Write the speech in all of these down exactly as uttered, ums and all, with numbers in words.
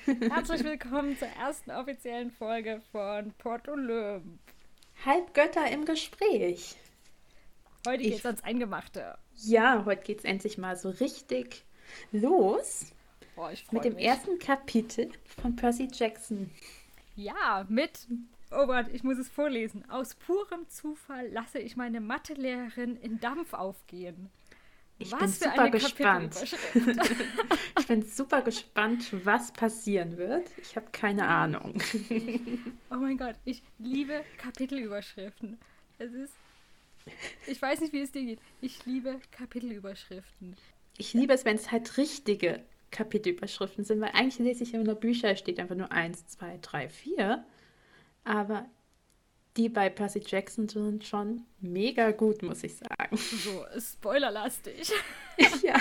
Herzlich willkommen zur ersten offiziellen Folge von Port Olymp. Halbgötter im Gespräch. Heute Ich, geht's ans Eingemachte. ja, heute geht's endlich mal so richtig los Oh, ich mit freue dem mich. ersten Kapitel von Percy Jackson. Ja, mit, oh Gott, ich muss es vorlesen. Aus purem Zufall lasse ich meine Mathelehrerin in Dampf aufgehen. Ich bin Was für super eine gespannt. Kapitelüberschrift. Ich bin super gespannt, was passieren wird. Ich habe keine Ahnung. Oh mein Gott, ich liebe Kapitelüberschriften. Es ist, ich weiß nicht, wie es dir geht. Ich liebe Kapitelüberschriften. Ich liebe es, wenn es halt richtige Kapitelüberschriften sind, weil eigentlich lese ich immer nur Bücher, steht einfach nur eins, zwei, drei, vier. Aber die bei Percy Jackson sind schon mega gut, muss ich sagen. So, spoilerlastig. Ja.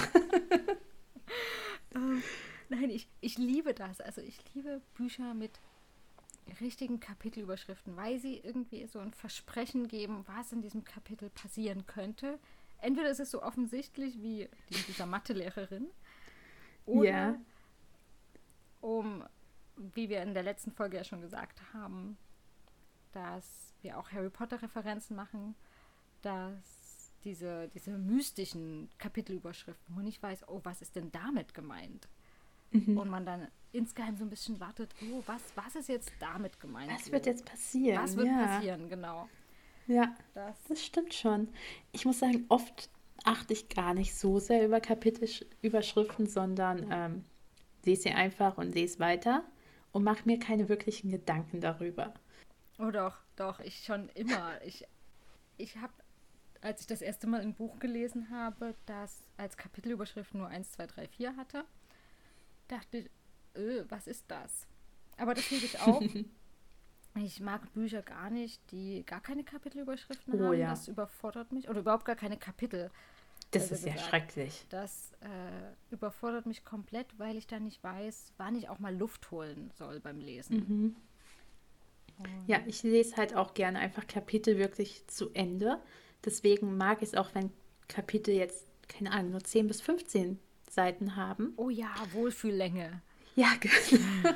Ähm, nein, ich, ich liebe das. Also ich liebe Bücher mit richtigen Kapitelüberschriften, weil sie irgendwie so ein Versprechen geben, was in diesem Kapitel passieren könnte. Entweder ist es so offensichtlich wie die, dieser Mathelehrerin oder Ja. um, wie wir in der letzten Folge ja schon gesagt haben, dass wir auch Harry Potter-Referenzen machen, dass diese, diese mystischen Kapitelüberschriften, wo man nicht weiß, oh, was ist denn damit gemeint? Mhm. Und man dann insgeheim so ein bisschen wartet, oh, was, was ist jetzt damit gemeint? Was wird jetzt passieren? Was wird ja. passieren, genau. Ja, Das, das stimmt schon. Ich muss sagen, oft achte ich gar nicht so sehr über Kapitelüberschriften, sondern ähm, lese sie einfach und lese weiter und mache mir keine wirklichen Gedanken darüber. oh doch, doch, ich schon immer. Ich, ich habe, als ich das erste Mal ein Buch gelesen habe, das als Kapitelüberschrift nur eins, zwei, drei, vier hatte, dachte ich, öh, was ist das? Aber das hebe ich auf. Ich mag Bücher gar nicht, die gar keine Kapitelüberschriften Oh haben. ja, Das überfordert mich. Oder überhaupt gar keine Kapitel, das besser ist ja gesagt. schrecklich. Das äh, überfordert mich komplett, weil ich dann nicht weiß, wann ich auch mal Luft holen soll beim Lesen. Mhm. Ja, Und ich lese halt auch gerne einfach Kapitel wirklich zu Ende. Deswegen mag ich es auch, wenn Kapitel jetzt, keine Ahnung, nur zehn bis fünfzehn Seiten haben. oh ja, Wohlfühllänge. Ja, genau.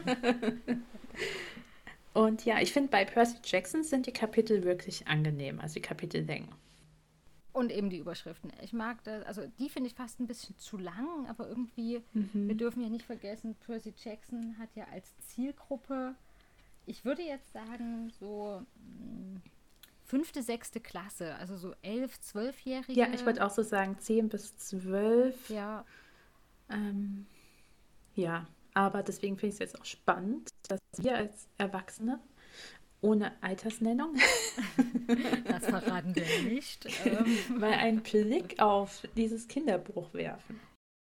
Und ja, ich finde, bei Percy Jackson sind die Kapitel wirklich angenehm, also die Kapitellängen. Und eben die Überschriften. Ich mag das, also die finde ich fast ein bisschen zu lang, aber irgendwie, wir Mhm. dürfen ja nicht vergessen, Percy Jackson hat ja als Zielgruppe, ich würde jetzt sagen, so mh, fünfte, sechste Klasse, also so elf, Ja, ich zwölfjährige. wollte auch so sagen, zehn bis zwölf. Ja, Ähm, ja, aber deswegen finde ich es jetzt auch spannend, dass wir als Erwachsene ohne Altersnennung das verraten wir nicht. Ähm, mal einen Blick auf dieses Kinderbuch werfen.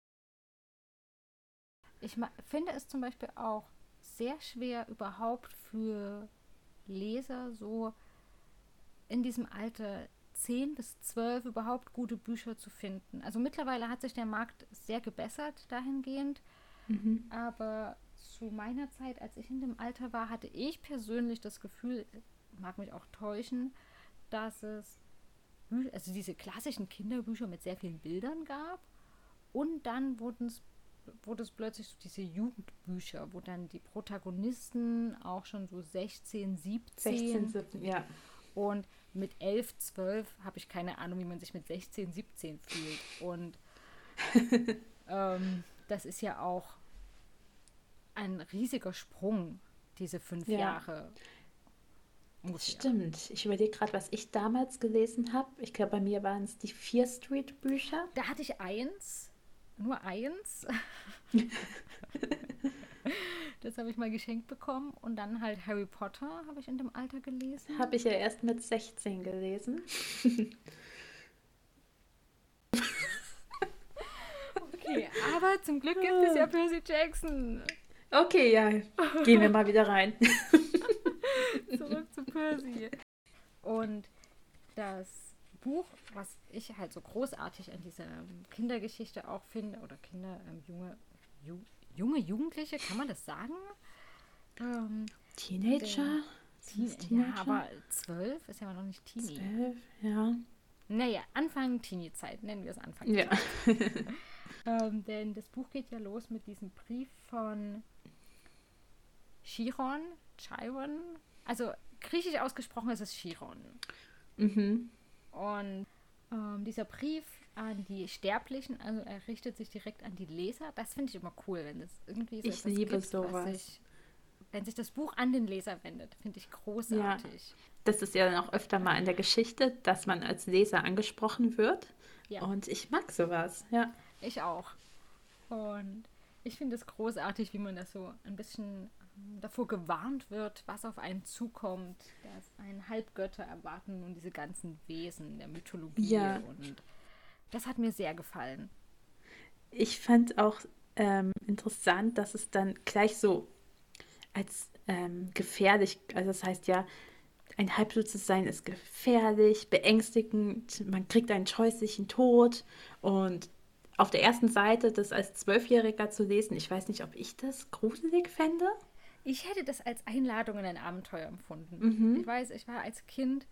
ich ma- finde es zum Beispiel auch sehr schwer überhaupt für Leser so in diesem Alter zehn bis zwölf überhaupt gute Bücher zu finden. Also mittlerweile hat sich der Markt sehr gebessert dahingehend, Mhm. aber zu meiner Zeit, als ich in dem Alter war, hatte ich persönlich das Gefühl, mag mich auch täuschen, dass es Bü- also diese klassischen Kinderbücher mit sehr vielen Bildern gab und dann wurden es wurde es plötzlich so diese Jugendbücher, wo dann die Protagonisten auch schon so sechzehn, sechzehn, siebzehn siebzehn, ja. und mit elf, zwölf habe ich keine Ahnung, wie man sich mit sechzehn, siebzehn fühlt. Und ähm, das ist ja auch ein riesiger Sprung, diese fünf Ja, Jahre das ungefähr. stimmt. Ich überlege gerade, was ich damals gelesen habe. Ich glaube, bei mir waren es die Fear Street Bücher. Da hatte ich eins, nur eins. Das habe ich mal geschenkt bekommen. Und dann halt Harry Potter habe ich in dem Alter gelesen. Habe ich ja erst mit sechzehn gelesen. Okay, aber zum Glück gibt es ja Percy Jackson. Okay, ja, gehen wir mal wieder rein. Zurück zu Percy. Und das Buch, was ich halt so großartig an dieser Kindergeschichte auch finde, oder Kinder, ähm, junge, ju, junge Jugendliche, kann man das sagen? Ähm, der Teenager? Sind Teen, es ja, Teenager? aber zwölf ist ja aber noch nicht Teenie. Zwölf, ja. Naja, Anfang Teenie-Zeit, nennen wir es Anfang Ja. Teenie. Ähm, denn das Buch geht ja los mit diesem Brief von Chiron, Chiron, also griechisch ausgesprochen ist es Chiron. Mhm. Und ähm, dieser Brief an die Sterblichen, also er richtet sich direkt an die Leser. Das finde ich immer cool, wenn es irgendwie so Ich etwas liebe gibt, sowas. was sich, wenn sich das Buch an den Leser wendet, finde ich Ja, großartig. das ist ja dann auch öfter mal in der Geschichte, dass man als Leser angesprochen wird. Ja, Und ich mag sowas, ja. ich auch. Und ich finde es großartig, wie man das so ein bisschen ähm, davor gewarnt wird, was auf einen zukommt, dass einen Halbgötter erwarten und diese ganzen Wesen der Mythologie. Ja, Und das hat mir sehr gefallen. ich fand auch ähm, interessant, dass es dann gleich so als ähm, gefährlich, also das heißt ja, ein Halbblut zu sein ist gefährlich, beängstigend, man kriegt einen scheußlichen Tod und auf der ersten Seite das als Zwölfjähriger zu lesen, ich weiß nicht, ob ich das gruselig fände. Ich hätte das als Einladung in ein Abenteuer empfunden. Ich Mhm. weiß, ich war als Kind,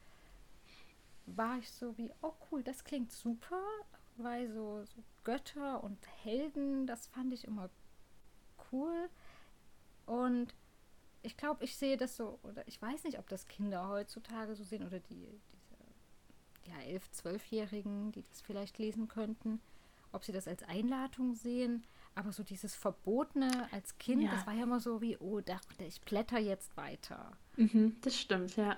war ich so wie, oh cool, das klingt super, weil so, so Götter und Helden, das fand ich immer cool. Und ich glaube, ich sehe das so, oder ich weiß nicht, ob das Kinder heutzutage so sehen oder die, diese ja, elf-, zwölfjährigen, die das vielleicht lesen könnten, ob sie das als Einladung sehen. Aber so dieses Verbotene als Kind, das Ja, war ja immer so wie, oh, da, ich blätter jetzt weiter. mhm, das stimmt, ja.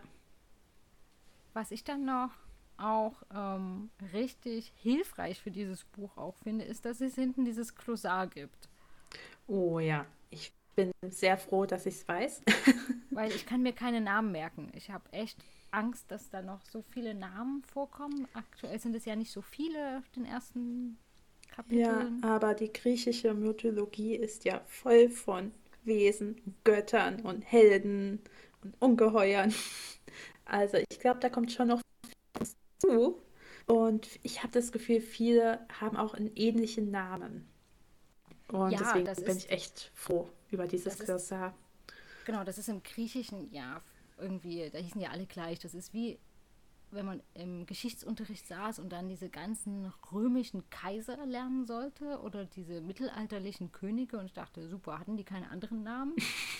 Was ich dann noch auch ähm, richtig hilfreich für dieses Buch auch finde, ist, dass es hinten dieses Glossar gibt. Oh ja, ich bin sehr froh, dass ich es weiß. Weil ich kann mir keine Namen merken. Ich habe echt Angst, dass da noch so viele Namen vorkommen. Aktuell sind es ja nicht so viele auf den ersten Ja, Kapiteln. aber die griechische Mythologie ist ja voll von Wesen, Göttern und Helden und Ungeheuern. Also ich glaube, da kommt schon noch zu. Und ich habe das Gefühl, viele haben auch einen ähnlichen Namen. Und Ja, deswegen das bin ich ist, echt froh über dieses das ist, Glossar. genau, das ist im Griechischen, ja, irgendwie, da hießen ja alle gleich. Das ist wie, wenn man im Geschichtsunterricht saß und dann diese ganzen römischen Kaiser lernen sollte oder diese mittelalterlichen Könige und ich dachte, super, hatten die keine anderen Namen?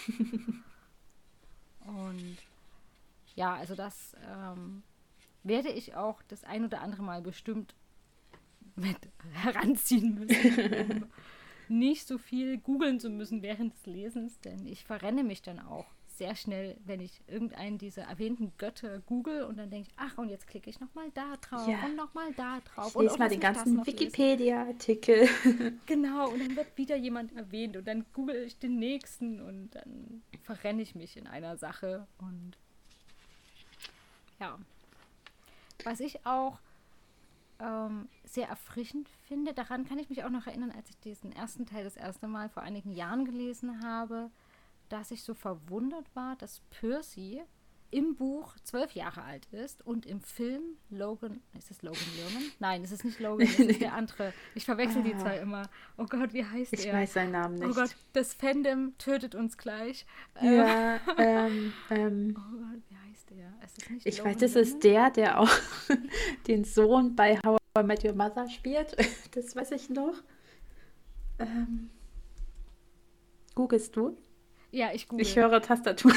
Und ja, also das ähm, werde ich auch das ein oder andere Mal bestimmt mit heranziehen müssen, um nicht so viel googeln zu müssen während des Lesens, denn ich verrenne mich dann auch sehr schnell, wenn ich irgendeinen dieser erwähnten Götter google und dann denke ich, ach, und jetzt klicke ich nochmal da drauf Ja, und nochmal da drauf ich und lese oh, mal lass den mich das ganzen noch lesen. Wikipedia-Artikel. Genau, und dann wird wieder jemand erwähnt und dann google ich den nächsten und dann verrenne ich mich in einer Sache und ja. Was ich auch ähm, sehr erfrischend finde. Daran kann ich mich auch noch erinnern, als ich diesen ersten Teil das erste Mal vor einigen Jahren gelesen habe, dass ich so verwundert war, dass Percy im Buch zwölf Jahre alt ist und im Film Logan, ist es Logan Lerman? Nein, es ist nicht Logan, es ist der andere. Ich verwechsel die Ah, zwei immer. Oh Gott, wie heißt ich er? weiß seinen Namen Oh Gott, nicht. das Fandom tötet uns gleich. Äh, Ja, ähm, ähm, oh Gott, wie heißt er? Es ist nicht ich weiß, Logan das ist Lerman? der, der auch den Sohn bei How I Met Your Mother spielt. Das weiß ich noch. Ähm, googelst du? Ja, ich Ich google. höre Tastatur.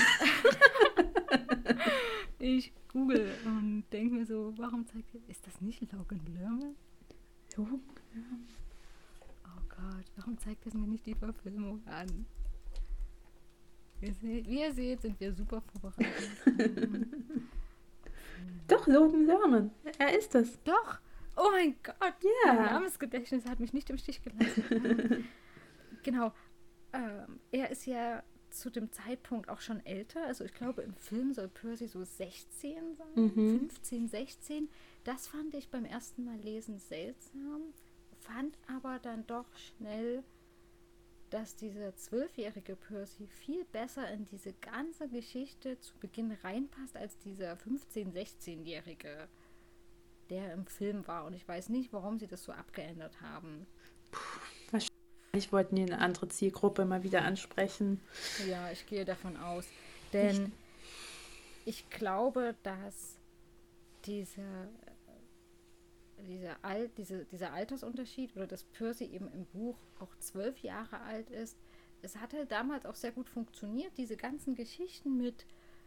Ich google und denke mir so, warum zeigt ihr, ist das nicht Logan Lerman? So. Oh Gott, warum zeigt es mir nicht die Verfilmung an? Ihr seht, wie ihr seht, sind wir super vorbereitet. Mhm. Doch, Logan Lerman. Er ist es. Doch! Oh mein Gott, mein Ja. Namensgedächtnis hat mich nicht im Stich gelassen. Ähm, genau. Ähm, er ist ja zu dem Zeitpunkt auch schon älter. Also ich glaube, im Film soll Percy so sechzehn sein, Mhm. fünfzehn, sechzehn. Das fand ich beim ersten Mal lesen seltsam, fand aber dann doch schnell, dass dieser zwölfjährige Percy viel besser in diese ganze Geschichte zu Beginn reinpasst als dieser fünfzehn-, sechzehnjährige, der im Film war. Und ich weiß nicht, warum sie das so abgeändert haben. Wahrscheinlich wollten die eine andere Zielgruppe mal wieder ansprechen. Ja, ich gehe davon aus. Ich, Denn ich glaube, dass diese, diese Al diese, dieser Altersunterschied oder dass Percy eben im Buch auch zwölf Jahre alt ist, es hatte damals auch sehr gut funktioniert, diese ganzen Geschichten mit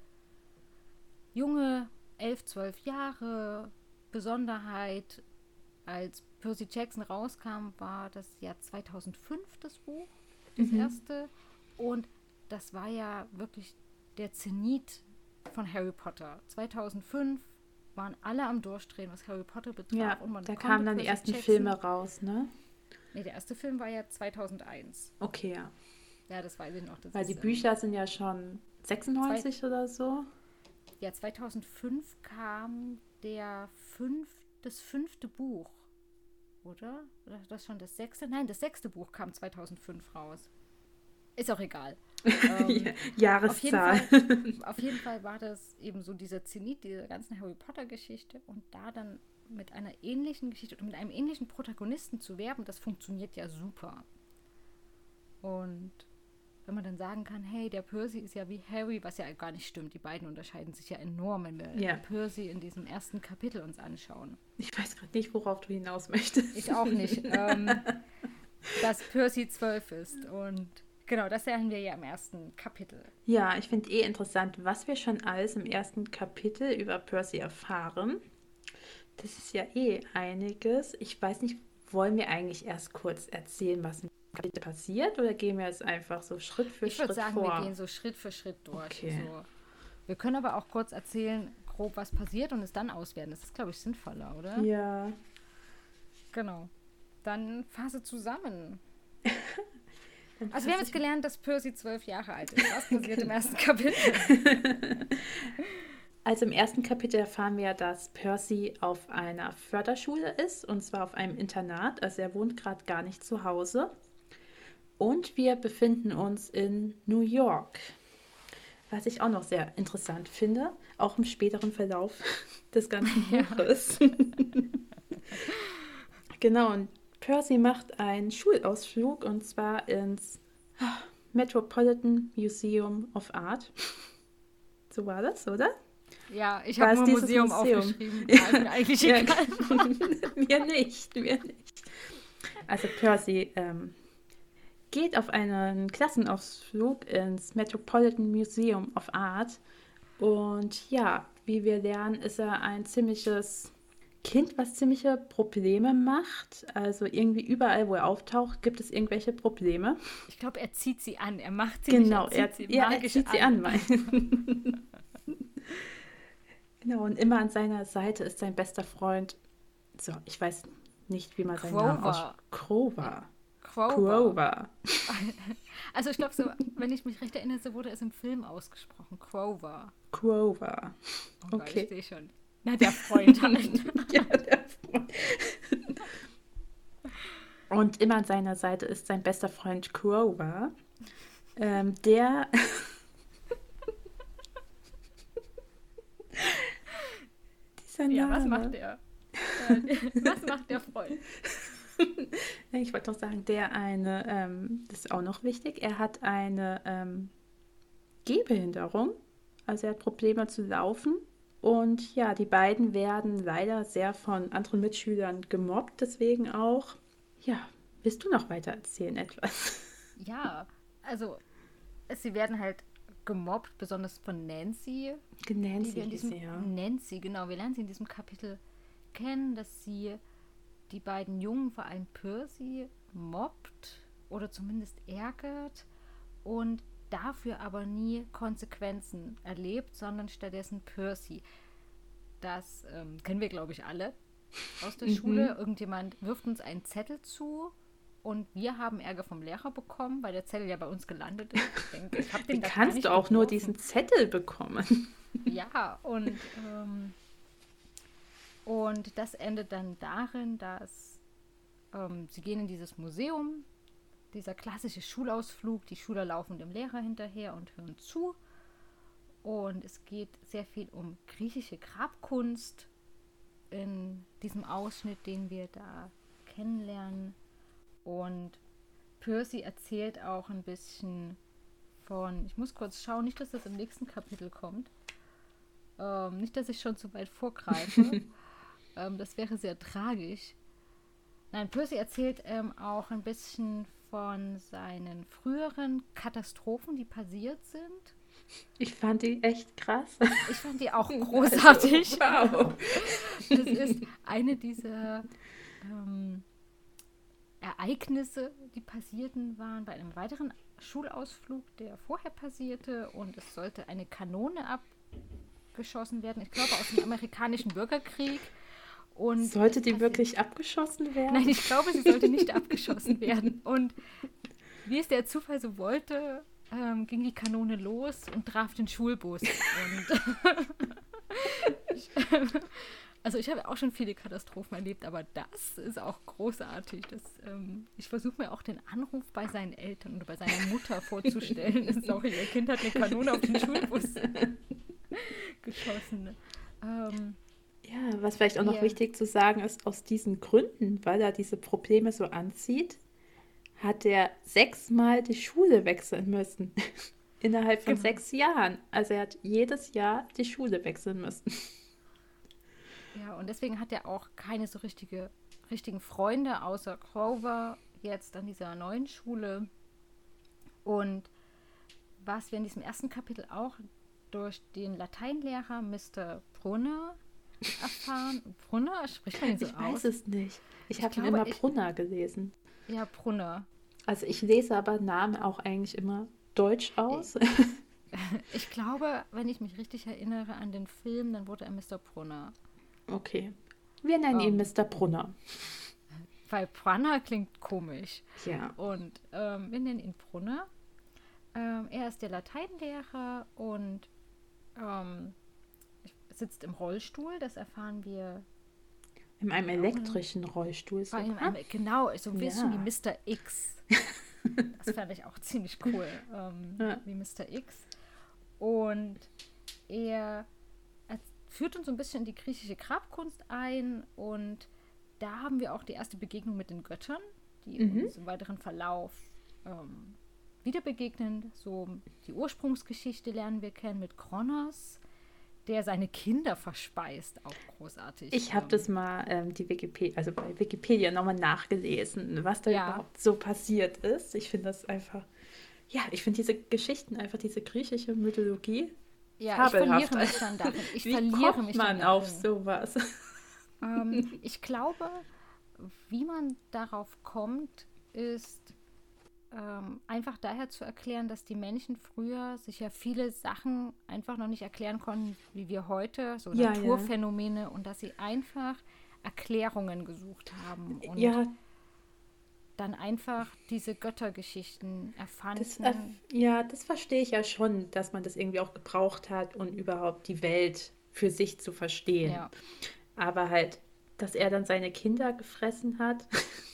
junge, elf, zwölf Jahre, Besonderheit. Als Percy Jackson rauskam, war das Jahr zweitausendfünf das Buch, das Mhm. erste. Und das war ja wirklich der Zenit von Harry Potter. zweitausendfünf waren alle am Durchdrehen, was Harry Potter betraf. Ja, und man da konnte kamen dann die Percy ersten Jackson, Filme raus, ne? Nee, der erste Film war ja zweitausendeins. Okay, ja. Ja, das weiß ich noch. Das Weil die ist, Bücher ähm, sind ja schon zwei, sechsundneunzig oder so. ja, zweitausendfünf kam der fünf, das fünfte Buch, oder? Oder das schon das sechste? Nein, das sechste Buch kam zweitausendfünf raus. Ist auch egal. Ähm, Ja, auf jeden Jahreszahl. Fall, auf jeden Fall war das eben so dieser Zenit dieser ganzen Harry Potter-Geschichte und da dann mit einer ähnlichen Geschichte und mit einem ähnlichen Protagonisten zu werben, das funktioniert ja super. Und wenn man dann sagen kann, hey, der Percy ist ja wie Harry, was ja gar nicht stimmt. Die beiden unterscheiden sich ja enorm, wenn wir Ja. Percy in diesem ersten Kapitel uns anschauen. Ich weiß gerade nicht, worauf du hinaus möchtest. Ich auch nicht. ähm, dass Percy zwölf ist. Und genau, das lernen wir ja im ersten Kapitel. Ja, ich finde eh interessant, was wir schon alles im ersten Kapitel über Percy erfahren. Das ist ja eh einiges. Ich weiß nicht, wollen wir eigentlich erst kurz erzählen, was im Kapitel passiert, oder gehen wir jetzt einfach so Schritt für Ich würde Schritt sagen, vor? wir gehen so Schritt für Schritt durch. Okay. So. Wir können aber auch kurz erzählen, grob was passiert und es dann auswerten. Das ist, glaube ich, sinnvoller, oder? Ja. Genau. Dann fasse zusammen. Dann Also wir haben fass jetzt gelernt, dass Percy zwölf Jahre alt ist. Was passiert im ersten Kapitel? Also im ersten Kapitel erfahren wir, dass Percy auf einer Förderschule ist, und zwar auf einem Internat. Also er wohnt gerade gar nicht zu Hause. Und wir befinden uns in New York, was ich auch noch sehr interessant finde, auch im späteren Verlauf des ganzen Ja. Buches. Genau, und Percy macht einen Schulausflug, und zwar ins ah, Metropolitan Museum of Art. So war das, oder? Ja, ich War habe es nur dieses Museum, Museum? aufgeschrieben. Ja, ist mir eigentlich Ja. egal. Mir nicht, mir nicht. Also Percy ähm, geht auf einen Klassenausflug ins Metropolitan Museum of Art. Und ja, wie wir lernen, ist er ein ziemliches Kind, was ziemliche Probleme macht. Also irgendwie überall, wo er auftaucht, gibt es irgendwelche Probleme. Ich glaube, er zieht sie an. Er macht sie Genau, nicht, er, er zieht sie ja, er magisch zieht sie an. an. Mein. Genau, und immer an seiner Seite ist sein bester Freund. So, ich weiß nicht, wie man seinen Namen Grover. ausspricht. Grover. Grover. Grover. Also ich glaube, so, wenn ich mich recht erinnere, so wurde es im Film ausgesprochen. Grover. Grover. Oh Gott, Okay. ich sehe schon. Na, der Freund halt. Ja, der Freund. Und immer an seiner Seite ist sein bester Freund Grover, ähm, der dieser Ja, Name. was macht der? Äh, was macht der Freund? Ich wollte doch sagen, der eine, ähm, das ist auch noch wichtig, er hat eine ähm, Gehbehinderung, also er hat Probleme zu laufen. Und ja, die beiden werden leider sehr von anderen Mitschülern gemobbt, deswegen auch. Ja, willst du noch weiter erzählen etwas? Ja, also sie werden halt gemobbt, besonders von Nancy. Die Nancy wir in hieß diesem sie, ja. Nancy, genau, wir lernen sie in diesem Kapitel kennen, dass sie die beiden Jungen, vor allem Percy, mobbt oder zumindest ärgert und dafür aber nie Konsequenzen erlebt, sondern stattdessen Percy. Das ähm, kennen wir, glaube ich, alle aus der Mhm. Schule. Irgendjemand wirft uns einen Zettel zu und wir haben Ärger vom Lehrer bekommen, weil der Zettel ja bei uns gelandet ist. Ich denke, ich habe Wie den da gar kannst nicht du auch nur geworfen. diesen Zettel bekommen? Ja, und, ähm, und das endet dann darin, dass ähm, sie gehen in dieses Museum, dieser klassische Schulausflug, die Schüler laufen dem Lehrer hinterher und hören zu. Und es geht sehr viel um griechische Grabkunst in diesem Ausschnitt, den wir da kennenlernen. Und Percy erzählt auch ein bisschen von, ich muss kurz schauen, nicht, dass das im nächsten Kapitel kommt. Ähm, nicht, dass ich schon zu weit vorgreife. ähm, das wäre sehr tragisch. Nein, Percy erzählt ähm, auch ein bisschen von seinen früheren Katastrophen, die passiert sind. Ich fand die echt krass. Ich fand die auch großartig. Also, wow. Das ist eine dieser ähm, Ereignisse, die passierten, waren bei einem weiteren Schulausflug, der vorher passierte, und es sollte eine Kanone abgeschossen werden. Ich glaube, aus dem amerikanischen Bürgerkrieg. Und Sollte die passi- wirklich abgeschossen werden? Nein, ich glaube, sie sollte nicht abgeschossen werden. Und wie es der Zufall so wollte, ähm, ging die Kanone los und traf den Schulbus. Und ich, also ich habe auch schon viele Katastrophen erlebt, aber das ist auch großartig. Das, ähm, ich versuche mir auch den Anruf bei seinen Eltern oder bei seiner Mutter vorzustellen. Sorry, ihr Kind hat eine Kanone auf den Schulbus geschossen. Ähm, Ja, was vielleicht auch noch Ja. wichtig zu sagen ist, aus diesen Gründen, weil er diese Probleme so anzieht, hat er sechsmal die Schule wechseln müssen. Innerhalb von Genau. sechs Jahren. Also er hat jedes Jahr die Schule wechseln müssen. Ja, und deswegen hat er auch keine so richtige, richtigen Freunde, außer Grover, jetzt an dieser neuen Schule. Und was wir in diesem ersten Kapitel auch durch den Lateinlehrer Mister Brunner erfahren. Brunner, spricht man ihn so Ich aus? weiß es nicht. Ich Ich habe ihn glaube, immer ich- Brunner gelesen. Ja, Brunner. Also ich lese aber Namen auch eigentlich immer deutsch aus. Ich glaube, wenn ich mich richtig erinnere an den Film, dann wurde er Mister Brunner. Okay. Wir nennen ihn Ähm. Mister Brunner. Weil Brunner klingt komisch. Ja. Und ähm, wir nennen ihn Brunner. Ähm, er ist der Lateinlehrer und ähm, sitzt im Rollstuhl. Das erfahren wir In einem elektrischen Rollstuhl bei ihm. sogar. Genau, so ein bisschen Ja. wie Mister X. Das fand ich auch ziemlich cool. Ähm, Ja. Wie Mister X. Und er er führt uns so ein bisschen in die griechische Grabkunst ein. Und da haben wir auch die erste Begegnung mit den Göttern, die Mhm. uns im weiteren Verlauf ähm, wieder begegnen. So die Ursprungsgeschichte lernen wir kennen mit Kronos, der seine Kinder verspeist. Auch großartig. Ich habe Ähm, das mal ähm, die Wikipedia, also bei Wikipedia nochmal nachgelesen, was da Ja. überhaupt so passiert ist. Ich finde das einfach, ja, ich finde diese Geschichten, einfach diese griechische Mythologie Ja, ich fabelhaft. verliere mich dann darin. Ich Wie verliere kommt mich man dann auf darin. sowas? Ähm, ich glaube, wie man darauf kommt, ist ähm, einfach daher zu erklären, dass die Menschen früher sich ja viele Sachen einfach noch nicht erklären konnten, wie wir heute, so Ja, ja. Naturphänomene, und dass sie einfach Erklärungen gesucht haben und Ja, dann einfach diese Göttergeschichten erfanden. das, äh, ja, das verstehe ich ja schon, dass man das irgendwie auch gebraucht hat, um überhaupt die Welt für sich zu verstehen. ja. Aber halt, dass er dann seine Kinder gefressen hat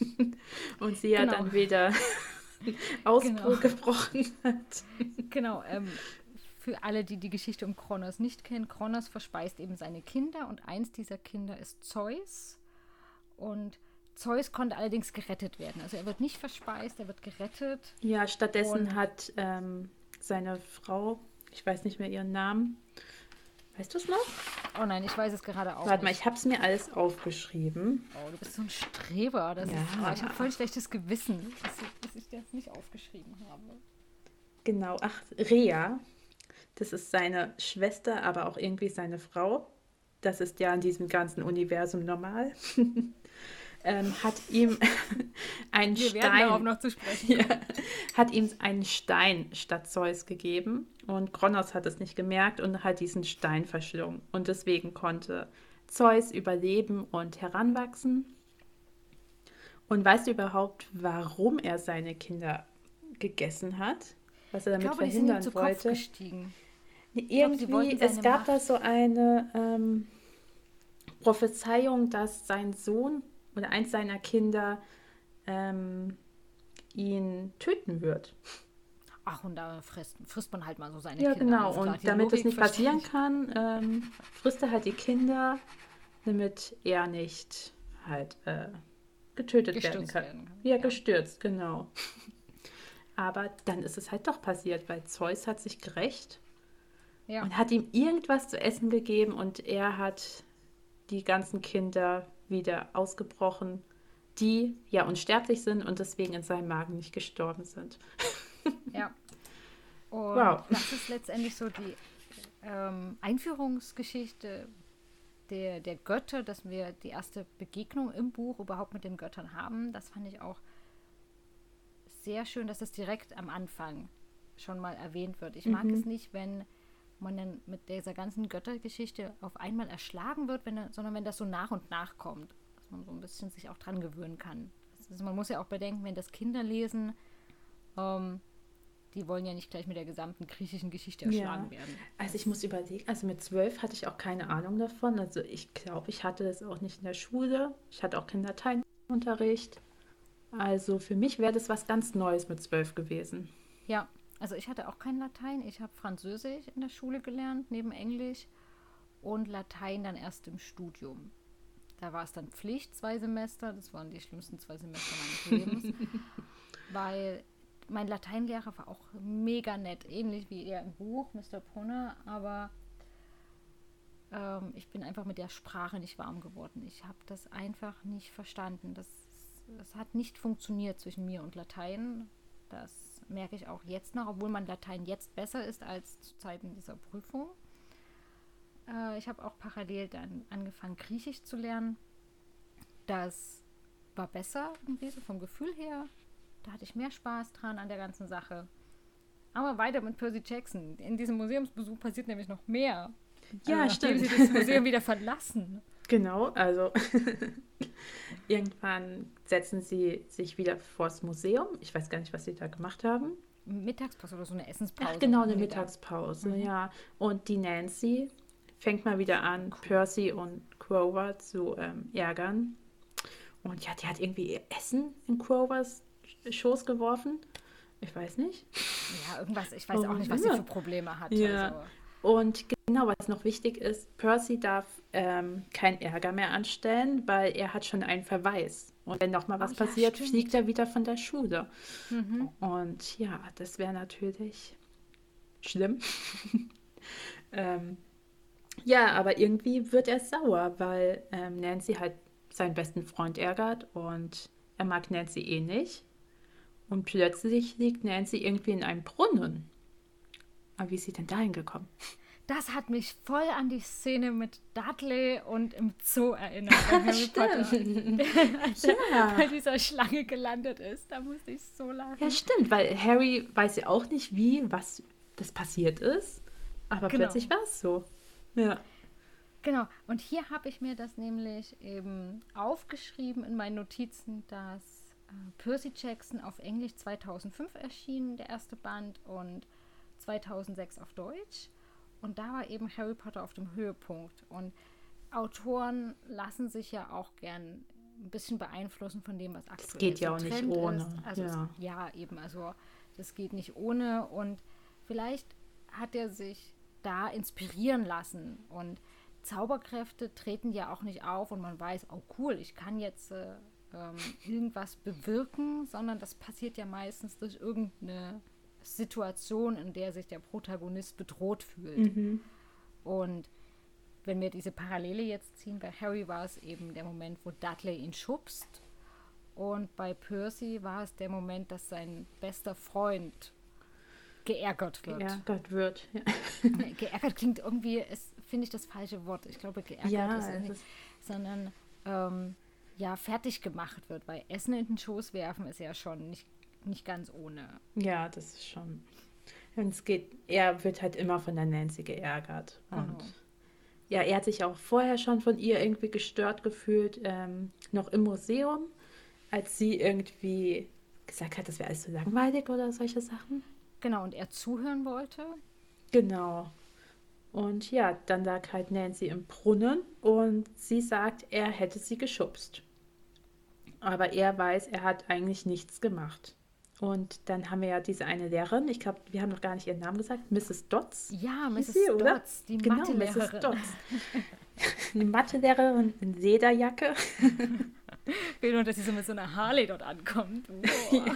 und sie ja Genau. dann wieder Ausbruch Genau. gebrochen hat. Genau, ähm, für alle, die die Geschichte um Kronos nicht kennen, Kronos verspeist eben seine Kinder und eins dieser Kinder ist Zeus. Und Zeus konnte allerdings gerettet werden. Also er wird nicht verspeist, er wird gerettet. Ja, stattdessen Und- hat ähm, seine Frau, ich weiß nicht mehr ihren Namen, weißt du es noch? Oh nein, ich weiß es gerade auch Warte mal, nicht. ich habe es mir alles aufgeschrieben. Oh, du bist so ein Streber. Das Ja. ist, oh, ich habe voll ein schlechtes Gewissen, dass ich, dass ich das nicht aufgeschrieben habe. Genau, ach, Rhea, das ist seine Schwester, aber auch irgendwie seine Frau. Das ist ja in diesem ganzen Universum normal. ähm, hat ihm einen Wir werden darauf Stein, noch zu sprechen. ja, hat ihm einen Stein statt Zeus gegeben und Kronos hat es nicht gemerkt und hat diesen Stein verschlungen. Und deswegen konnte Zeus überleben und heranwachsen. Und weißt du überhaupt, warum er seine Kinder gegessen hat? Was er Ich damit glaube, die sind ihm verhindern zu Kopf wollte? gestiegen. Nee, glaube, sie irgendwie, wollten es seine gab Macht. da so eine ähm, Prophezeiung, dass sein Sohn oder eins seiner Kinder ähm, ihn töten wird. Ach, und da frisst, frisst man halt mal so seine Ja, Kinder. genau. Alles klar, Und die damit das Logik nicht verstehe passieren ich. kann, ähm, frisst er halt die Kinder, damit er nicht halt äh, getötet werden Gestürzt kann. werden kann. Ja, Ja. gestürzt, genau. Aber dann ist es halt doch passiert, weil Zeus hat sich gerächt Ja. und hat ihm irgendwas zu essen gegeben und er hat die ganzen Kinder wieder ausgebrochen die ja unsterblich sind und deswegen in seinem Magen nicht gestorben sind. Ja. Und Wow. das ist letztendlich so die ähm, Einführungsgeschichte der, der Götter, dass wir die erste Begegnung im Buch überhaupt mit den Göttern haben. Das fand ich auch sehr schön, dass das direkt am Anfang schon mal erwähnt wird. Ich mag Mhm. es nicht, wenn man dann mit dieser ganzen Göttergeschichte auf einmal erschlagen wird, wenn, sondern wenn das so nach und nach kommt, dass man so ein bisschen sich auch dran gewöhnen kann. Das ist, man muss ja auch bedenken, wenn das Kinder lesen, ähm, die wollen ja nicht gleich mit der gesamten griechischen Geschichte erschlagen Ja, werden. also ich muss überlegen, also mit zwölf hatte ich auch keine Ahnung davon. Also ich glaube, ich hatte das auch nicht in der Schule. Ich hatte auch keinen Lateinunterricht. Also für mich wäre das was ganz Neues mit zwölf gewesen. Ja, also ich hatte auch kein Latein. Ich habe Französisch in der Schule gelernt, neben Englisch. Und Latein dann erst im Studium. Da war es dann Pflicht, zwei Semester. Das waren die schlimmsten zwei Semester meines Lebens. Weil mein Lateinlehrer war auch mega nett. Ähnlich wie er im Buch, Mister Brunner. Aber ähm, ich bin einfach mit der Sprache nicht warm geworden. Ich habe das einfach nicht verstanden. Das, das hat nicht funktioniert zwischen mir und Latein. Das merke ich auch jetzt noch, obwohl mein Latein jetzt besser ist als zu Zeiten dieser Prüfung. Äh, ich habe auch parallel dann angefangen, Griechisch zu lernen. Das war besser irgendwie so vom Gefühl her. Da hatte ich mehr Spaß dran an der ganzen Sache. Aber weiter mit Percy Jackson. In diesem Museumsbesuch passiert nämlich noch mehr. Ja, also, nachdem stimmt. sie das Museum wieder verlassen. Genau, also irgendwann setzen sie sich wieder vors Museum. Ich weiß gar nicht, was sie da gemacht haben. Mittagspause oder so eine Essenspause. Ach, genau, eine Nee, Mittagspause, Mhm. ja. Und die Nancy fängt mal wieder an, Percy und Grover zu ähm, ärgern. Und ja, die hat irgendwie ihr Essen in Grovers Schoß geworfen. Ich weiß nicht. Ja, irgendwas, ich weiß auch Warum nicht, was sie immer? für Probleme hat. Ja. Also, Und genau, was noch wichtig ist, Percy darf ähm, keinen Ärger mehr anstellen, weil er hat schon einen Verweis. Und wenn nochmal was Oh ja, passiert, stimmt. fliegt er wieder von der Schule. mhm. Und ja, das wäre natürlich schlimm. ähm, ja, aber irgendwie wird er sauer, weil ähm, Nancy halt seinen besten Freund ärgert und er mag Nancy eh nicht. Und plötzlich liegt Nancy irgendwie in einem Brunnen. Aber wie ist sie denn dahin gekommen? Das hat mich voll an die Szene mit Dudley und im Zoo erinnert. Bei Harry Potter. Als er Ja. bei dieser Schlange gelandet ist. Da musste ich so lachen. Ja, stimmt, weil Harry weiß ja auch nicht, wie, was das passiert ist. Aber Genau. plötzlich war es so. Ja. Genau, und hier habe ich mir das nämlich eben aufgeschrieben in meinen Notizen, dass äh, Percy Jackson auf Englisch zweitausendfünf erschien, der erste Band, und zweitausendsechs auf Deutsch. Und da war eben Harry Potter auf dem Höhepunkt. Und Autoren lassen sich ja auch gern ein bisschen beeinflussen von dem, was aktuell geht ja so auch nicht Trend ohne, ist. Also ja. Es, ja, eben, also das geht nicht ohne. Und vielleicht hat er sich da inspirieren lassen. Und Zauberkräfte treten ja auch nicht auf und man weiß, oh cool, ich kann jetzt äh, ähm, irgendwas bewirken, sondern das passiert ja meistens durch irgendeine Situation, in der sich der Protagonist bedroht fühlt. Mhm. Und wenn wir diese Parallele jetzt ziehen, bei Harry war es eben der Moment, wo Dudley ihn schubst, und bei Percy war es der Moment, dass sein bester Freund geärgert wird. Geärgert wird. Ja, Geärgert klingt irgendwie, ist, finde ich, das falsche Wort. Ich glaube, geärgert ja ist es es nicht, ist, sondern ähm, ja, fertig gemacht wird, weil Essen in den Schoß werfen ist ja schon nicht, nicht ganz ohne. ja, das ist schon. Und es geht, er wird halt immer von der Nancy geärgert. Und Genau. ja, er hat sich auch vorher schon von ihr irgendwie gestört gefühlt, ähm, noch im Museum, als sie irgendwie gesagt hat, das wäre alles so langweilig oder solche Sachen. Genau, und er zuhören wollte. Genau. Und ja, dann lag halt Nancy im Brunnen und sie sagt, er hätte sie geschubst. Aber er weiß, er hat eigentlich nichts gemacht. Und dann haben wir ja diese eine Lehrerin, ich glaube, wir haben noch gar nicht ihren Namen gesagt, Misses Dodds. Ja, hieß Misses sie, oder? Dodds, die Genau, Misses Mathelehrerin. Dodds. Die Mathelehrerin in Lederjacke. Nur, dass sie so mit so einer Harley dort ankommt. Wow.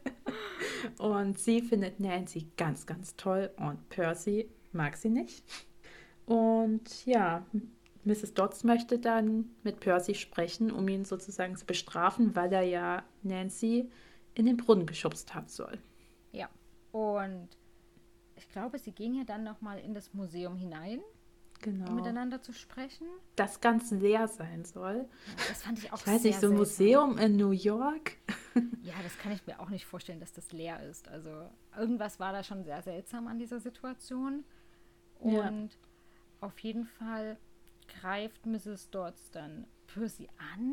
Und sie findet Nancy ganz, ganz toll und Percy mag sie nicht. Und ja, Misses Dodds möchte dann mit Percy sprechen, um ihn sozusagen zu bestrafen, weil er ja Nancy in den Brunnen geschubst haben soll. Ja, und ich glaube, sie gehen ja dann nochmal in das Museum hinein, Genau. um miteinander zu sprechen. Das ganz leer sein soll. Ja, das fand ich auch Ich weiß sehr nicht, so ein seltsam. Museum in New York. Ja, das kann ich mir auch nicht vorstellen, dass das leer ist. Also irgendwas war da schon sehr seltsam an dieser Situation. Und Ja. auf jeden Fall greift Misses Dodds dann Percy an.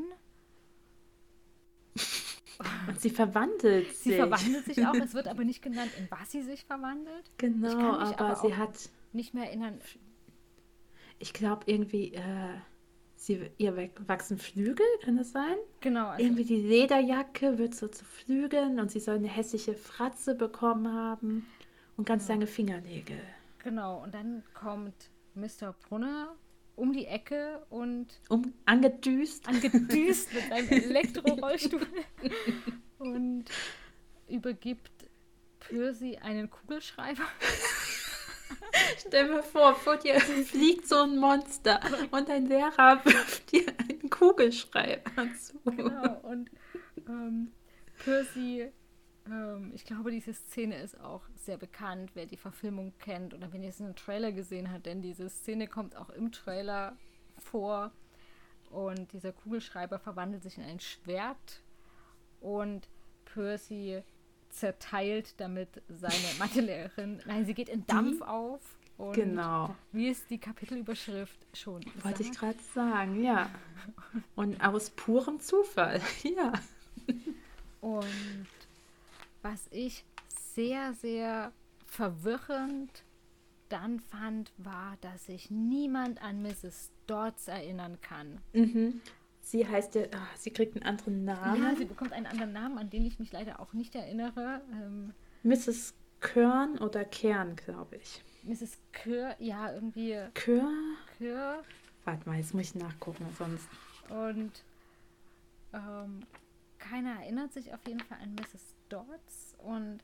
Und sie verwandelt Sie sich. verwandelt sich auch. Es wird aber nicht genannt, in was sie sich verwandelt. Ich Genau, kann mich aber aber sie auch hat, nicht mehr erinnern. ich glaube irgendwie, äh, sie, ihr wach- wachsen Flügel, kann das sein? Genau, also Irgendwie die Lederjacke wird so zu Flügeln und sie soll eine hässliche Fratze bekommen haben und ganz lange Fingernägel. genau. Und dann kommt Mister Brunner um die Ecke und Um, angedüst. angedüst mit seinem Elektrorollstuhl und übergibt Percy einen Kugelschreiber. Stell mir vor, vor dir fliegt so ein Monster und dein Lehrer wirft dir einen Kugelschreiber zu. Genau, und ähm, Percy, ähm, ich glaube, diese Szene ist auch sehr bekannt, wer die Verfilmung kennt oder wenn ihr es in einem Trailer gesehen hat, denn diese Szene kommt auch im Trailer vor und dieser Kugelschreiber verwandelt sich in ein Schwert und Percy zerteilt damit seine Mathelehrerin. Nein, sie geht in Dampf auf und Genau. wie es die Kapitelüberschrift schon Wollte ich sagt. gerade sagen, ja. Und aus purem Zufall, ja. Und was ich sehr, sehr verwirrend dann fand, war, dass sich niemand an Misses Dodds erinnern kann. Mhm. Sie heißt ja, ah, sie kriegt einen anderen Namen. Ja, sie bekommt einen anderen Namen, an den ich mich leider auch nicht erinnere. Ähm, Misses Körn oder Kern, glaube ich. Misses Kür, ja, irgendwie Kör? Kür. Warte mal, jetzt muss ich nachgucken, sonst. Und ähm, keiner erinnert sich auf jeden Fall an Misses Dodds. Und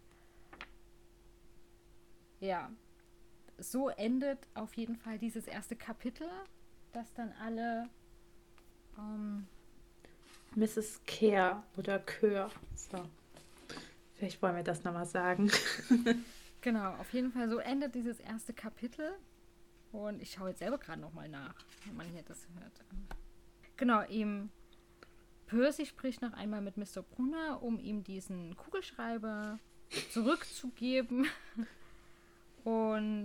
ja, so endet auf jeden Fall dieses erste Kapitel, dass dann alle ähm, Misses Kehr oder Kör. So. Vielleicht wollen wir das nochmal sagen. genau, auf jeden Fall so endet dieses erste Kapitel. Und ich schaue jetzt selber gerade nochmal nach, wenn man hier das hört. Genau, ihm Percy spricht noch einmal mit Mister Brunner, um ihm diesen Kugelschreiber zurückzugeben. Und,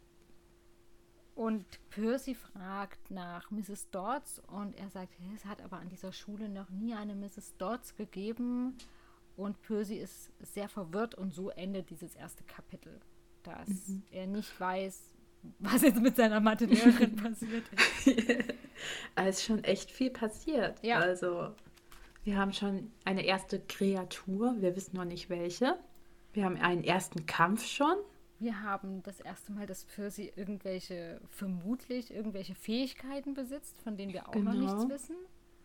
und Percy fragt nach Misses Dodds und er sagt, hey, es hat aber an dieser Schule noch nie eine Misses Dodds gegeben. Und Percy ist sehr verwirrt und so endet dieses erste Kapitel, dass mhm. er nicht weiß, was jetzt mit seiner Mathelehrerin passiert ist. Es ist schon echt viel passiert. Ja. Also wir haben schon eine erste Kreatur, wir wissen noch nicht welche. Wir haben einen ersten Kampf schon. Wir haben das erste Mal, dass Percy irgendwelche, vermutlich irgendwelche Fähigkeiten besitzt, von denen wir auch genau. noch nichts wissen.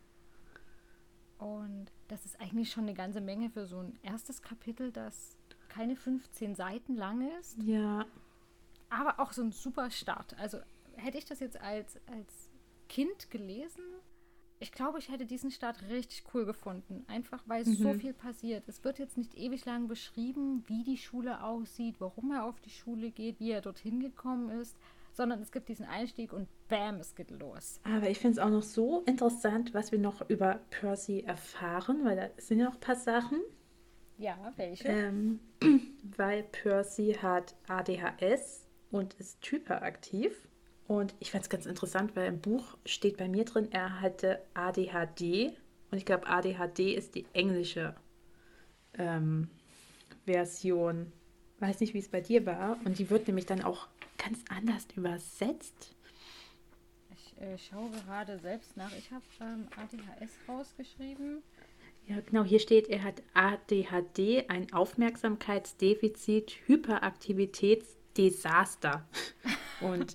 Und das ist eigentlich schon eine ganze Menge für so ein erstes Kapitel, das keine fünfzehn Seiten lang ist. Ja. Aber auch so ein super Start. Also hätte ich das jetzt als, als Kind gelesen, ich glaube, ich hätte diesen Start richtig cool gefunden. Einfach, weil Mhm. so viel passiert. Es wird jetzt nicht ewig lang beschrieben, wie die Schule aussieht, warum er auf die Schule geht, wie er dorthin gekommen ist, sondern es gibt diesen Einstieg und bam, es geht los. Aber ich finde es auch noch so interessant, was wir noch über Percy erfahren, weil da sind ja noch ein paar Sachen. Ja, welche? Ähm, weil Percy hat A D H S und ist hyperaktiv. Und ich fand es ganz interessant, weil im Buch steht bei mir drin, er hatte A D H D. Und ich glaube, A D H D ist die englische ähm, Version. Weiß nicht, wie es bei dir war. Und die wird nämlich dann auch ganz anders übersetzt. Ich äh, schaue gerade selbst nach. Ich habe ähm, A D H S rausgeschrieben. Ja, genau, hier steht, er hat A D H D, ein Aufmerksamkeitsdefizit, Hyperaktivitätsdesaster. Und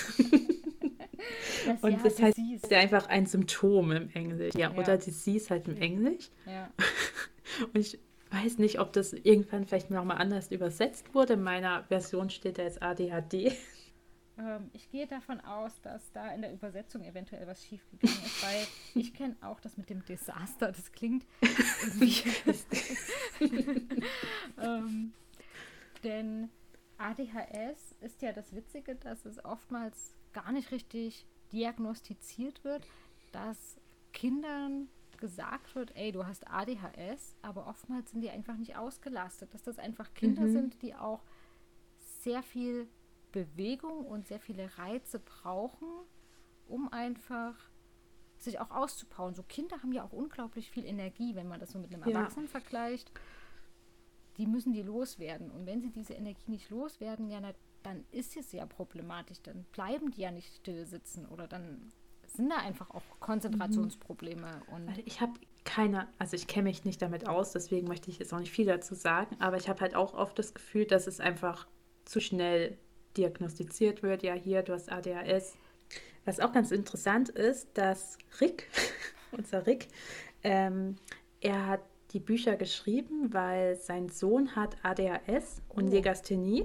Das, Und ja, das heißt Disease. ja einfach ein Symptom im Englisch. Ja, Ja. oder Disease halt im Englisch. Ja. Und ich weiß nicht, ob das irgendwann vielleicht nochmal anders übersetzt wurde. In meiner Version steht da jetzt A D H D. ähm, ich gehe davon aus, dass da in der Übersetzung eventuell was schiefgegangen ist, weil ich kenne auch das mit dem Desaster. Das klingt irgendwie. ähm, denn A D H S ist ja das Witzige, dass es oftmals gar nicht richtig diagnostiziert wird, dass Kindern gesagt wird, ey, du hast A D H S, aber oftmals sind die einfach nicht ausgelastet, dass das einfach Kinder Mhm. sind, die auch sehr viel Bewegung und sehr viele Reize brauchen, um einfach sich auch auszupowern. So Kinder haben ja auch unglaublich viel Energie, wenn man das so mit einem Ja. Erwachsenen vergleicht. Die müssen die loswerden. Und wenn sie diese Energie nicht loswerden, ja, na, dann ist es ja problematisch. Dann bleiben die ja nicht still sitzen oder dann sind da einfach auch Konzentrationsprobleme. Und Weil ich habe keine, also ich kenne mich nicht damit aus, deswegen möchte ich jetzt auch nicht viel dazu sagen, aber ich habe halt auch oft das Gefühl, dass es einfach zu schnell diagnostiziert wird. Ja, hier, du hast A D H S. Was auch ganz interessant ist, dass Rick, unser Rick, ähm, er hat die Bücher geschrieben, weil sein Sohn hat A D H S und Oh. Legasthenie.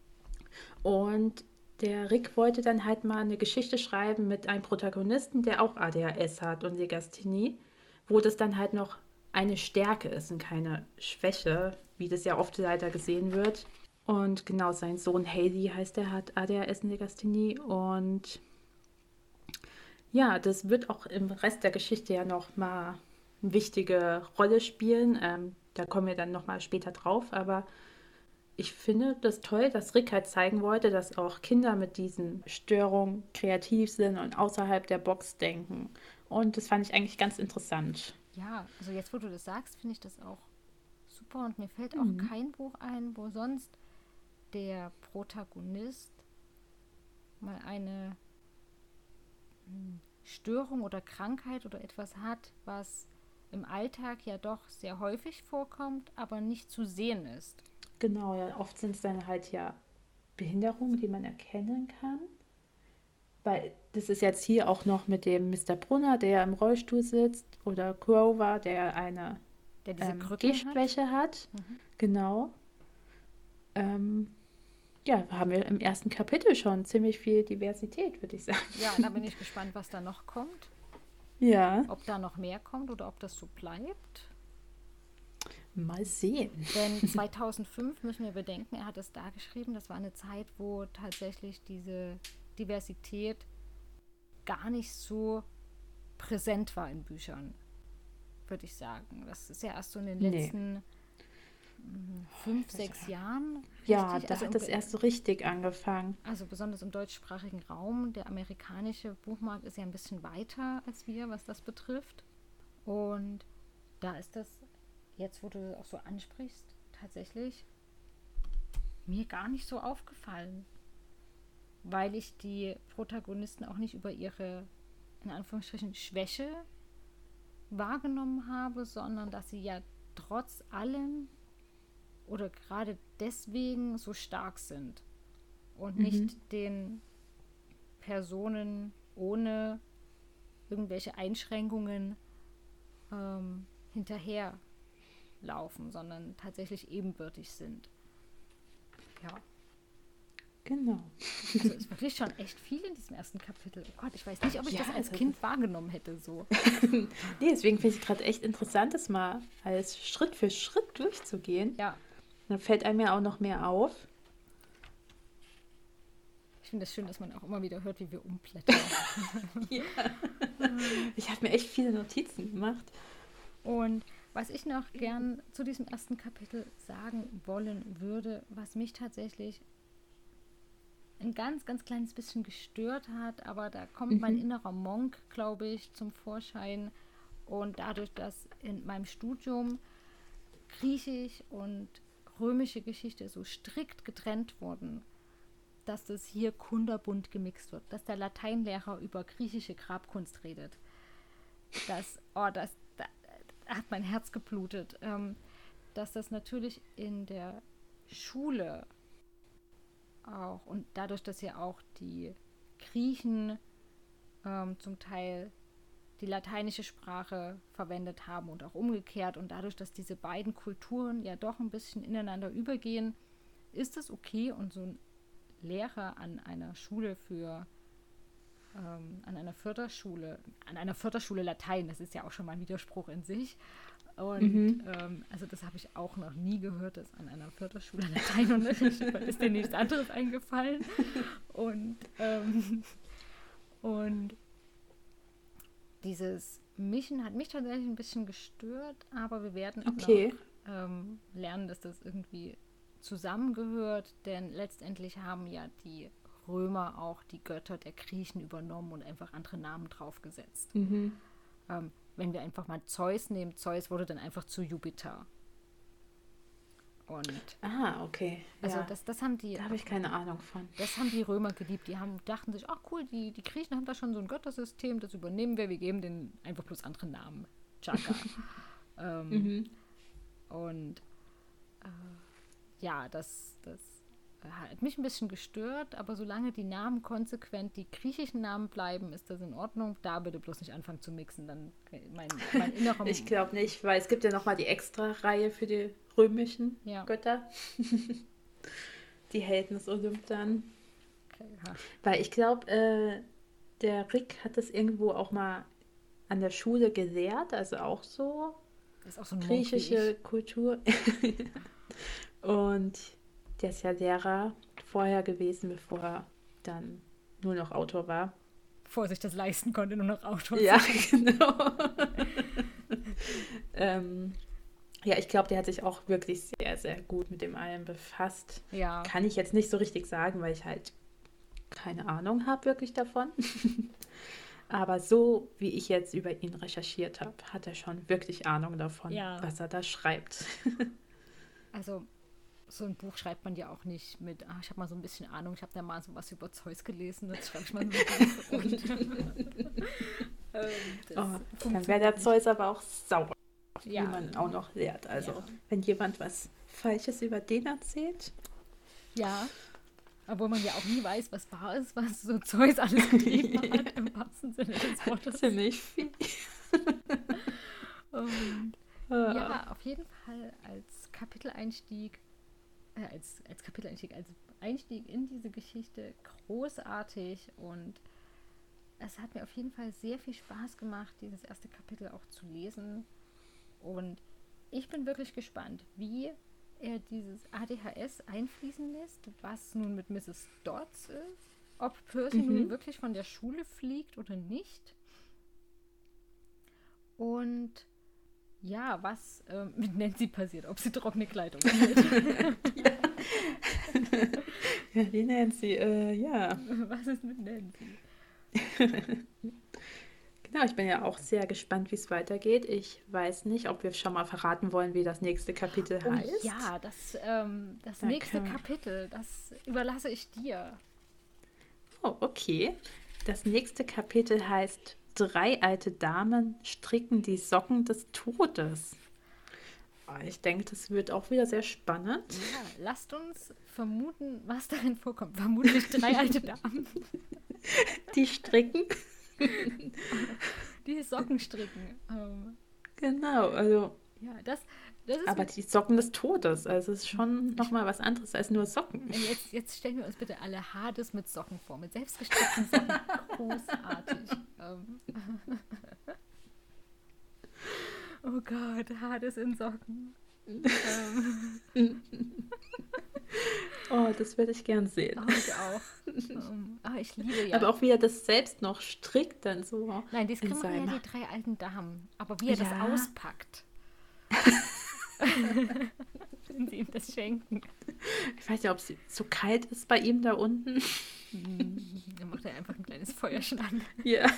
Und der Rick wollte dann halt mal eine Geschichte schreiben mit einem Protagonisten, der auch A D H S hat und Legasthenie, wo das dann halt noch eine Stärke ist und keine Schwäche, wie das ja oft leider gesehen wird. Und genau, sein Sohn Haley heißt, er hat A D H S und Legasthenie. Und ja, das wird auch im Rest der Geschichte ja noch mal eine wichtige Rolle spielen. Ähm, da kommen wir dann noch mal später drauf. Aber ich finde das toll, dass Rick halt zeigen wollte, dass auch Kinder mit diesen Störungen kreativ sind und außerhalb der Box denken. Und das fand ich eigentlich ganz interessant. ja, also jetzt, wo du das sagst, finde ich das auch super. Und mir fällt auch Mhm. kein Buch ein, wo sonst der Protagonist mal eine hm, Störung oder Krankheit oder etwas hat, was im Alltag ja doch sehr häufig vorkommt, aber nicht zu sehen ist. Genau, ja, oft sind es dann halt ja Behinderungen, die man erkennen kann. Weil das ist jetzt hier auch noch mit dem Mister Brunner, der im Rollstuhl sitzt, oder Grover, der eine Der diese ähm, Krücken hat. Gehschwäche hat. Mhm. Genau. Ähm, ja, haben wir im ersten Kapitel schon ziemlich viel Diversität, würde ich sagen. Ja, da bin ich gespannt, was da noch kommt. Ja, Ob da noch mehr kommt oder ob das so bleibt. mal sehen. Denn zweitausendfünf müssen wir bedenken, er hat es da geschrieben, das war eine Zeit, wo tatsächlich diese Diversität gar nicht so präsent war in Büchern, würde ich sagen. Das ist ja erst so in den Nee. letzten mm, fünf, sechs Jahren Ja, richtig. da Also, hat im, es erst so richtig angefangen. also besonders im deutschsprachigen Raum. Der amerikanische Buchmarkt ist ja ein bisschen weiter als wir, was das betrifft. Und da ist das, jetzt wo du das auch so ansprichst, tatsächlich mir gar nicht so aufgefallen. Weil ich die Protagonisten auch nicht über ihre, in Anführungsstrichen, Schwäche wahrgenommen habe, sondern dass sie ja trotz allem oder gerade deswegen so stark sind und Mhm. nicht den Personen ohne irgendwelche Einschränkungen ähm, hinterherlaufen, sondern tatsächlich ebenbürtig sind. Ja, Genau. also ist wirklich schon echt viel in diesem ersten Kapitel. Oh Gott, ich weiß nicht, ob ich Ja, das als das Kind wahrgenommen hätte so. Nee, deswegen finde ich es gerade echt interessant, das mal als Schritt für Schritt durchzugehen. Ja, Dann fällt einem ja auch noch mehr auf. ich finde es schön, dass man auch immer wieder hört, wie wir umblättern. Ja. Ich habe mir echt viele Notizen gemacht. Und was ich noch gern zu diesem ersten Kapitel sagen wollen würde, was mich tatsächlich ein ganz, ganz kleines bisschen gestört hat, aber da kommt mein Mhm. innerer Monk, glaube ich, zum Vorschein. Und dadurch, dass in meinem Studium Griechisch und römische Geschichte so strikt getrennt wurden, dass das hier kunterbunt gemixt wird, dass der Lateinlehrer über griechische Grabkunst redet. Das, oh, das, da, da hat mein Herz geblutet. Ähm, dass das natürlich in der Schule auch und dadurch, dass ja auch die Griechen ähm, zum Teil die lateinische Sprache verwendet haben und auch umgekehrt und dadurch, dass diese beiden Kulturen ja doch ein bisschen ineinander übergehen, ist es okay und so Lehrer an einer Schule für, ähm, an einer Förderschule, an einer Förderschule Latein, das ist ja auch schon mal ein Widerspruch in sich. Und Mhm. ähm, also das habe ich auch noch nie gehört, dass an einer Förderschule Latein unterrichtet wird. Ist dir nichts anderes eingefallen? Und, ähm, und dieses Mischen hat mich tatsächlich ein bisschen gestört, aber wir werden Okay. noch ähm, lernen, dass das irgendwie zusammengehört, denn letztendlich haben ja die Römer auch die Götter der Griechen übernommen und einfach andere Namen draufgesetzt. Mhm. Ähm, wenn wir einfach mal Zeus nehmen, Zeus wurde dann einfach zu Jupiter. Und Ah, okay. also Ja, das, das haben die da habe ich keine Ahnung von. das haben die Römer geliebt. Die haben, dachten sich, ach cool, die, die Griechen haben da schon so ein Göttersystem, das übernehmen wir, wir geben denen einfach bloß andere Namen. Chaka. ähm, Mhm. und äh, ja, das, das hat mich ein bisschen gestört, aber solange die Namen konsequent die griechischen Namen bleiben, ist das in Ordnung. Da bitte bloß nicht anfangen zu mixen, dann mein, mein innerer... Ich glaube nicht, weil es gibt ja nochmal die Extra-Reihe für die römischen Ja. Götter. Die Helden des Olymp dann. Okay, ja. Weil ich glaube, äh, der Rick hat das irgendwo auch mal an der Schule gelehrt, also auch so Das ist auch so ein Monk wie griechische ich. Kultur. Und der ist ja Lehrer vorher gewesen, bevor er dann nur noch Autor war. Bevor er sich das leisten konnte, nur noch Autor zu Ja, sein. genau. ähm, ja, ich glaube, der hat sich auch wirklich sehr, sehr gut mit dem allem befasst. Ja, Kann ich jetzt nicht so richtig sagen, weil ich halt keine Ahnung habe wirklich davon. Aber so wie ich jetzt über ihn recherchiert habe, hat er schon wirklich Ahnung davon, ja. was er da schreibt. Also so ein Buch schreibt man ja auch nicht mit, ah, ich habe mal so ein bisschen Ahnung, ich habe da mal so was über Zeus gelesen, jetzt schreibe ich mal so ein Buch. Und, ähm, das Oh, dann wäre der Zeus aber auch sauer, ja, wie man auch noch lehrt. Also, Ja. wenn jemand was Falsches über den erzählt. ja, obwohl man ja auch nie weiß, was wahr ist, was so Zeus alles getrieben hat, im wahrsten Sinne des Wortes. Ziemlich viel. Und Ah. ja, auf jeden Fall als Kapiteleinstieg, äh, als, als Kapiteleinstieg, als Einstieg in diese Geschichte großartig und es hat mir auf jeden Fall sehr viel Spaß gemacht, dieses erste Kapitel auch zu lesen und ich bin wirklich gespannt, wie er dieses A D H S einfließen lässt, was nun mit Misses Dodds ist, ob Percy Mhm. nun wirklich von der Schule fliegt oder nicht und ja, was ähm, mit Nancy passiert, ob sie trockene Kleidung hat. Ja, die Nancy, äh, ja. Was ist mit Nancy? Genau, ich bin ja auch sehr gespannt, wie es weitergeht. Ich weiß nicht, ob wir schon mal verraten wollen, wie das nächste Kapitel Oh heißt. ja, das, ähm, das Da nächste können wir- Kapitel, das überlasse ich dir. Oh, okay. Das nächste Kapitel heißt Drei alte Damen stricken die Socken des Todes. Oh, ich denke, das wird auch wieder sehr spannend. Ja, lasst uns vermuten, was darin vorkommt. Vermutlich drei alte Damen, Die stricken. die Socken stricken. Ähm, Genau, also, ja, das, das ist aber die Socken des Todes, also es ist schon nochmal was anderes als nur Socken. Jetzt, jetzt stellen wir uns bitte alle Hades mit Socken vor, mit selbstgestrickten Socken. Großartig. Ähm. Oh Gott, Hades in Socken. Ähm. Oh, das würde ich gern sehen. Oh, ich auch. Ähm. Ah, ich liebe ja. Aber auch wie er das selbst noch strickt, dann so. Nein, das in kriegen wir ja seinem- die drei alten Damen. Aber wie er das Ja. auspackt. Wenn sie ihm das schenken. Ich weiß ja, ob es so kalt ist bei ihm da unten. Hm, Dann macht er einfach ein kleines Feuerchen an. Ja.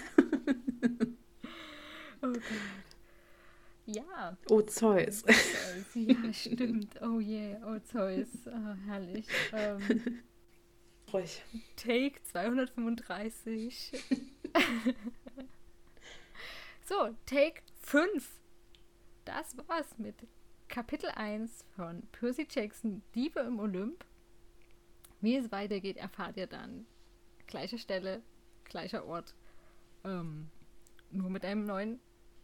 Oh Gott. Ja. Oh, Zeus. Zeus. Ja, stimmt. Oh yeah, oh Zeus. Ah, herrlich. Ähm, Ruhig. Take zweihundertfünfunddreißig. So, Take fünf. Das war's mit Kapitel eins von Percy Jackson, Diebe im Olymp. Wie es weitergeht, erfahrt ihr dann. Gleiche Stelle, gleicher Ort. Ähm, nur mit einem neuen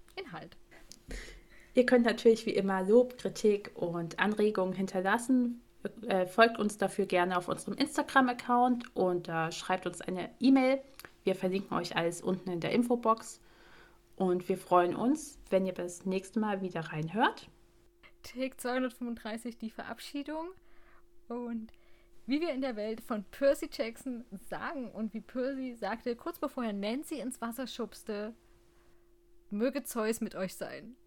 Inhalt. Ihr könnt natürlich wie immer Lob, Kritik und Anregungen hinterlassen, Äh, folgt uns dafür gerne auf unserem Instagram-Account und äh, schreibt uns eine E-Mail. Wir verlinken euch alles unten in der Infobox. Und wir freuen uns, wenn ihr das nächste Mal wieder reinhört. Take zweihundertfünfunddreißig, die Verabschiedung. Und wie wir in der Welt von Percy Jackson sagen und wie Percy sagte, kurz bevor er Nancy ins Wasser schubste, möge Zeus mit euch sein.